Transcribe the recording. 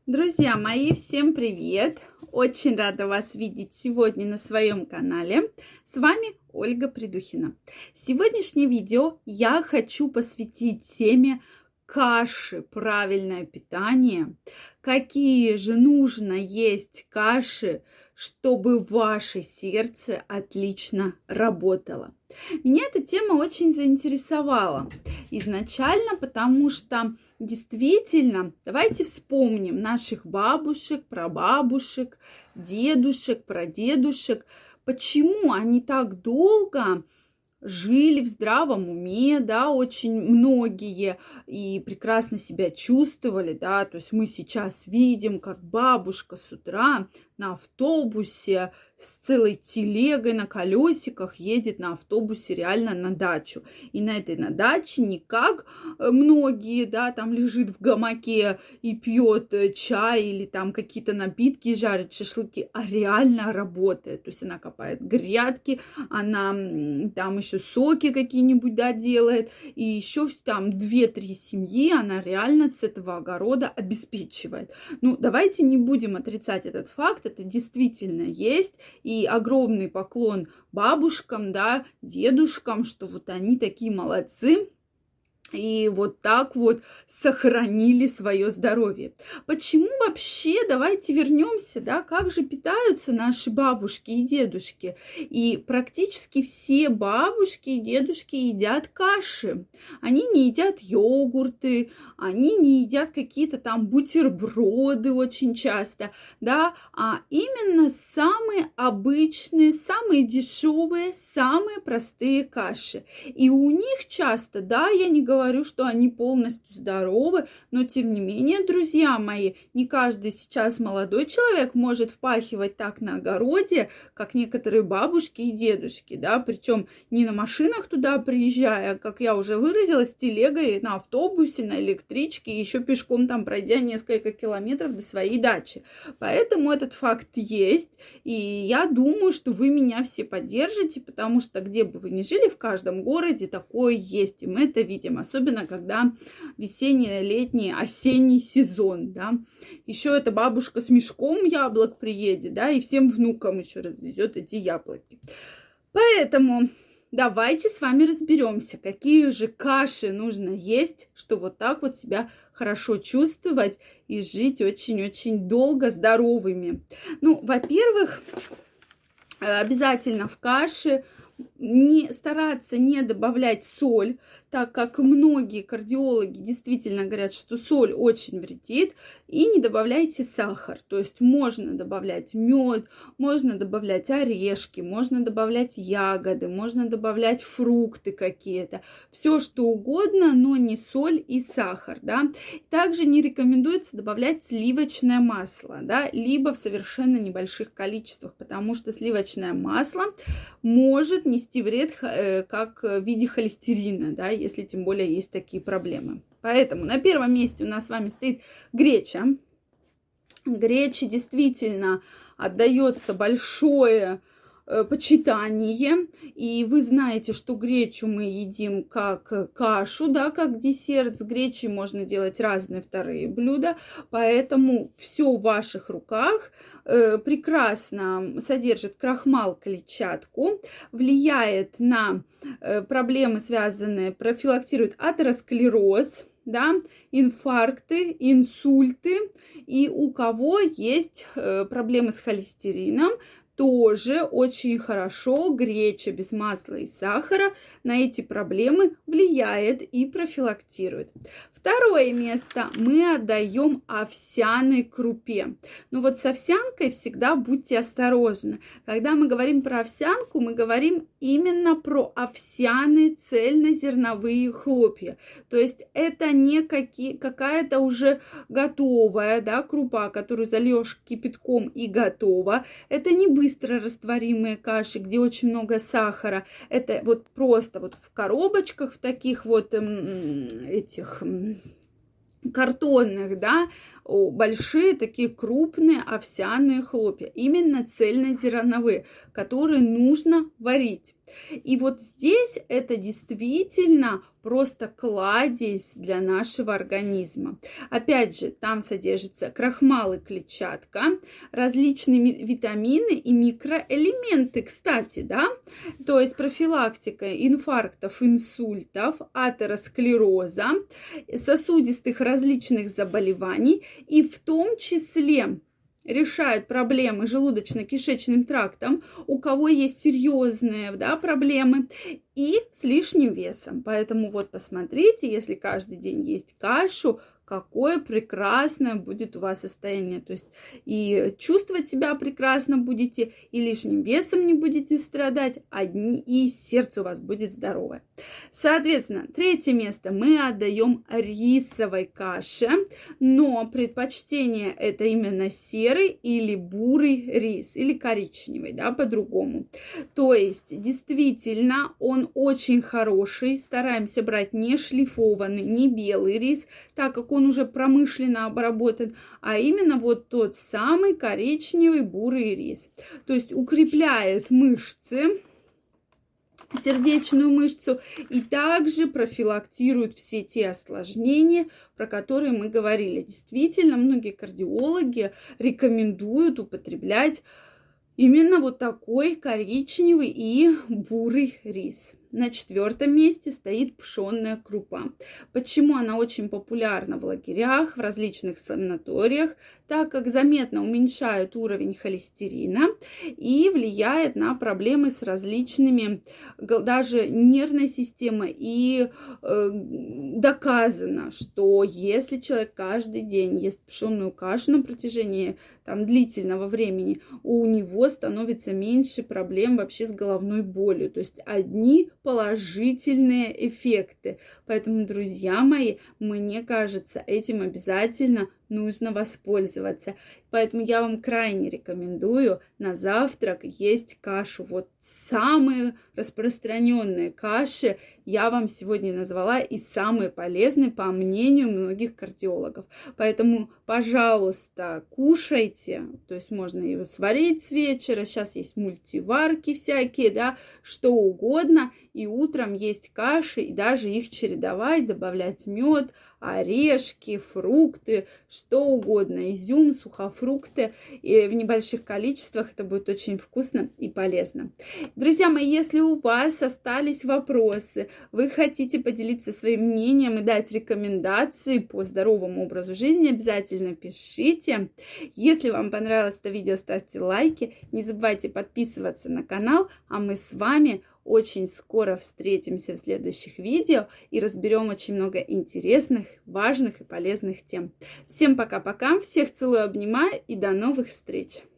Друзья мои, всем привет! Очень рада вас видеть сегодня на своем канале. С вами Ольга Придухина. Сегодняшнее видео я хочу посвятить теме каши, правильное питание. Какие же нужно есть каши, чтобы ваше сердце отлично работало. Меня эта тема очень заинтересовала изначально, потому что действительно, давайте вспомним наших бабушек, прабабушек, дедушек, прадедушек, почему они так долго жили в здравом уме, да, очень многие, и прекрасно себя чувствовали, да, то есть мы сейчас видим, как бабушка с утра на автобусе с целой телегой на колесиках едет на автобусе реально на дачу. И на этой даче не как многие, да, там лежит в гамаке и пьет чай или там какие-то напитки, жарит шашлыки, а реально работает. То есть она копает грядки, она там еще соки какие-нибудь, да, делает, и еще там 2-3 семьи она реально с этого огорода обеспечивает. Ну, давайте не будем отрицать этот факт, это действительно есть, и огромный поклон бабушкам, да, дедушкам, что вот они такие молодцы, и вот так вот сохранили свое здоровье. Почему вообще, давайте вернемся, да, как же питаются наши бабушки и дедушки? И практически все бабушки и дедушки едят каши. Они не едят йогурты, они не едят какие-то там бутерброды очень часто, да, а именно самые обычные, самые дешевые, самые простые каши. И у них часто, да, я не говорю, что они полностью здоровы, но тем не менее, друзья мои, не каждый сейчас молодой человек может впахивать так на огороде, как некоторые бабушки и дедушки, да, причем не на машинах туда приезжая, как я уже выразилась, с телегой, на автобусе, на электричке, еще пешком там пройдя несколько километров до своей дачи. Поэтому этот факт есть, и я думаю, что вы меня все поддержите, потому что где бы вы ни жили, в каждом городе такое есть, и мы это видим, особенно когда весенний, летний, осенний сезон, да. Еще эта бабушка с мешком яблок приедет, да, и всем внукам еще развезет эти яблоки. Поэтому давайте с вами разберемся, какие же каши нужно есть, что вот так вот себя хорошо чувствовать и жить очень-очень долго здоровыми. Ну, во-первых, обязательно в каши стараться не добавлять соль, так как многие кардиологи действительно говорят, что соль очень вредит, и не добавляйте сахар. То есть можно добавлять мед, можно добавлять орешки, можно добавлять ягоды, можно добавлять фрукты какие-то. Все что угодно, но не соль и сахар, да. Также не рекомендуется добавлять сливочное масло, да, либо в совершенно небольших количествах, потому что сливочное масло может нести вред как в виде холестерина, да, если тем более есть такие проблемы. Поэтому на первом месте у нас с вами стоит греча. Грече действительно отдается большое почитание, и вы знаете, что гречу мы едим как кашу, да, как десерт. С гречей можно делать разные вторые блюда, поэтому все в ваших руках. Прекрасно содержит крахмал, клетчатку, влияет на проблемы, связанные, профилактирует атеросклероз, да, инфаркты, инсульты, и у кого есть проблемы с холестерином, тоже очень хорошо греча без масла и сахара на эти проблемы влияет и профилактирует. Второе место мы отдаем овсяной крупе. Но вот с овсянкой всегда будьте осторожны. Когда мы говорим про овсянку, мы говорим именно про овсяные цельнозерновые хлопья. То есть это не какая-то уже готовая, да, крупа, которую зальешь кипятком и готова. Это не быстро растворимые каши, где очень много сахара. Это вот просто вот в коробочках, в таких вот этих картонных, да, большие такие крупные овсяные хлопья, именно цельнозерновые, которые нужно варить. И вот здесь это действительно просто кладезь для нашего организма. Опять же, там содержится крахмал и клетчатка, различные витамины и микроэлементы, кстати, да, то есть профилактика инфарктов, инсультов, атеросклероза, сосудистых различных заболеваний и в том числе решает проблемы с желудочно-кишечным трактом, у кого есть серьезные, да, проблемы, и с лишним весом. Поэтому вот посмотрите, если каждый день есть кашу, какое прекрасное будет у вас состояние. То есть и чувствовать себя прекрасно будете, и лишним весом не будете страдать, и сердце у вас будет здоровое. Соответственно, третье место мы отдаем рисовой каше, но предпочтение это именно серый или бурый рис, или коричневый, да, по-другому. То есть действительно он очень хороший, стараемся брать не шлифованный, не белый рис, так как он уже промышленно обработан, а именно вот тот самый коричневый бурый рис. То есть укрепляет мышцы, сердечную мышцу и также профилактирует все те осложнения, про которые мы говорили. Действительно, многие кардиологи рекомендуют употреблять именно вот такой коричневый и бурый рис. На 4 месте стоит пшенная крупа. Почему она очень популярна в лагерях, в различных санаториях? Так как заметно уменьшает уровень холестерина и влияет на проблемы с различными, даже нервной системой. И доказано, что если человек каждый день ест пшенную кашу на протяжении длительного времени, у него становится меньше проблем вообще с головной болью. То есть одни положительные эффекты. Поэтому, друзья мои, мне кажется, этим обязательно нужно воспользоваться. Поэтому я вам крайне рекомендую на завтрак есть кашу. Вот самые распространенные каши я вам сегодня назвала и самые полезные, по мнению многих кардиологов. Поэтому, пожалуйста, кушайте. То есть можно ее сварить с вечера. Сейчас есть мультиварки всякие, да, что угодно. И утром есть каши, и даже их чередовать, добавлять мед, орешки, фрукты, что угодно, изюм, сухофрукты. И в небольших количествах это будет очень вкусно и полезно. Друзья мои, если у вас остались вопросы, вы хотите поделиться своим мнением и дать рекомендации по здоровому образу жизни, обязательно пишите. Если вам понравилось это видео, ставьте лайки. Не забывайте подписываться на канал, а мы с вами очень скоро встретимся в следующих видео и разберем очень много интересных, важных и полезных тем. Всем пока-пока, всех целую, обнимаю и до новых встреч!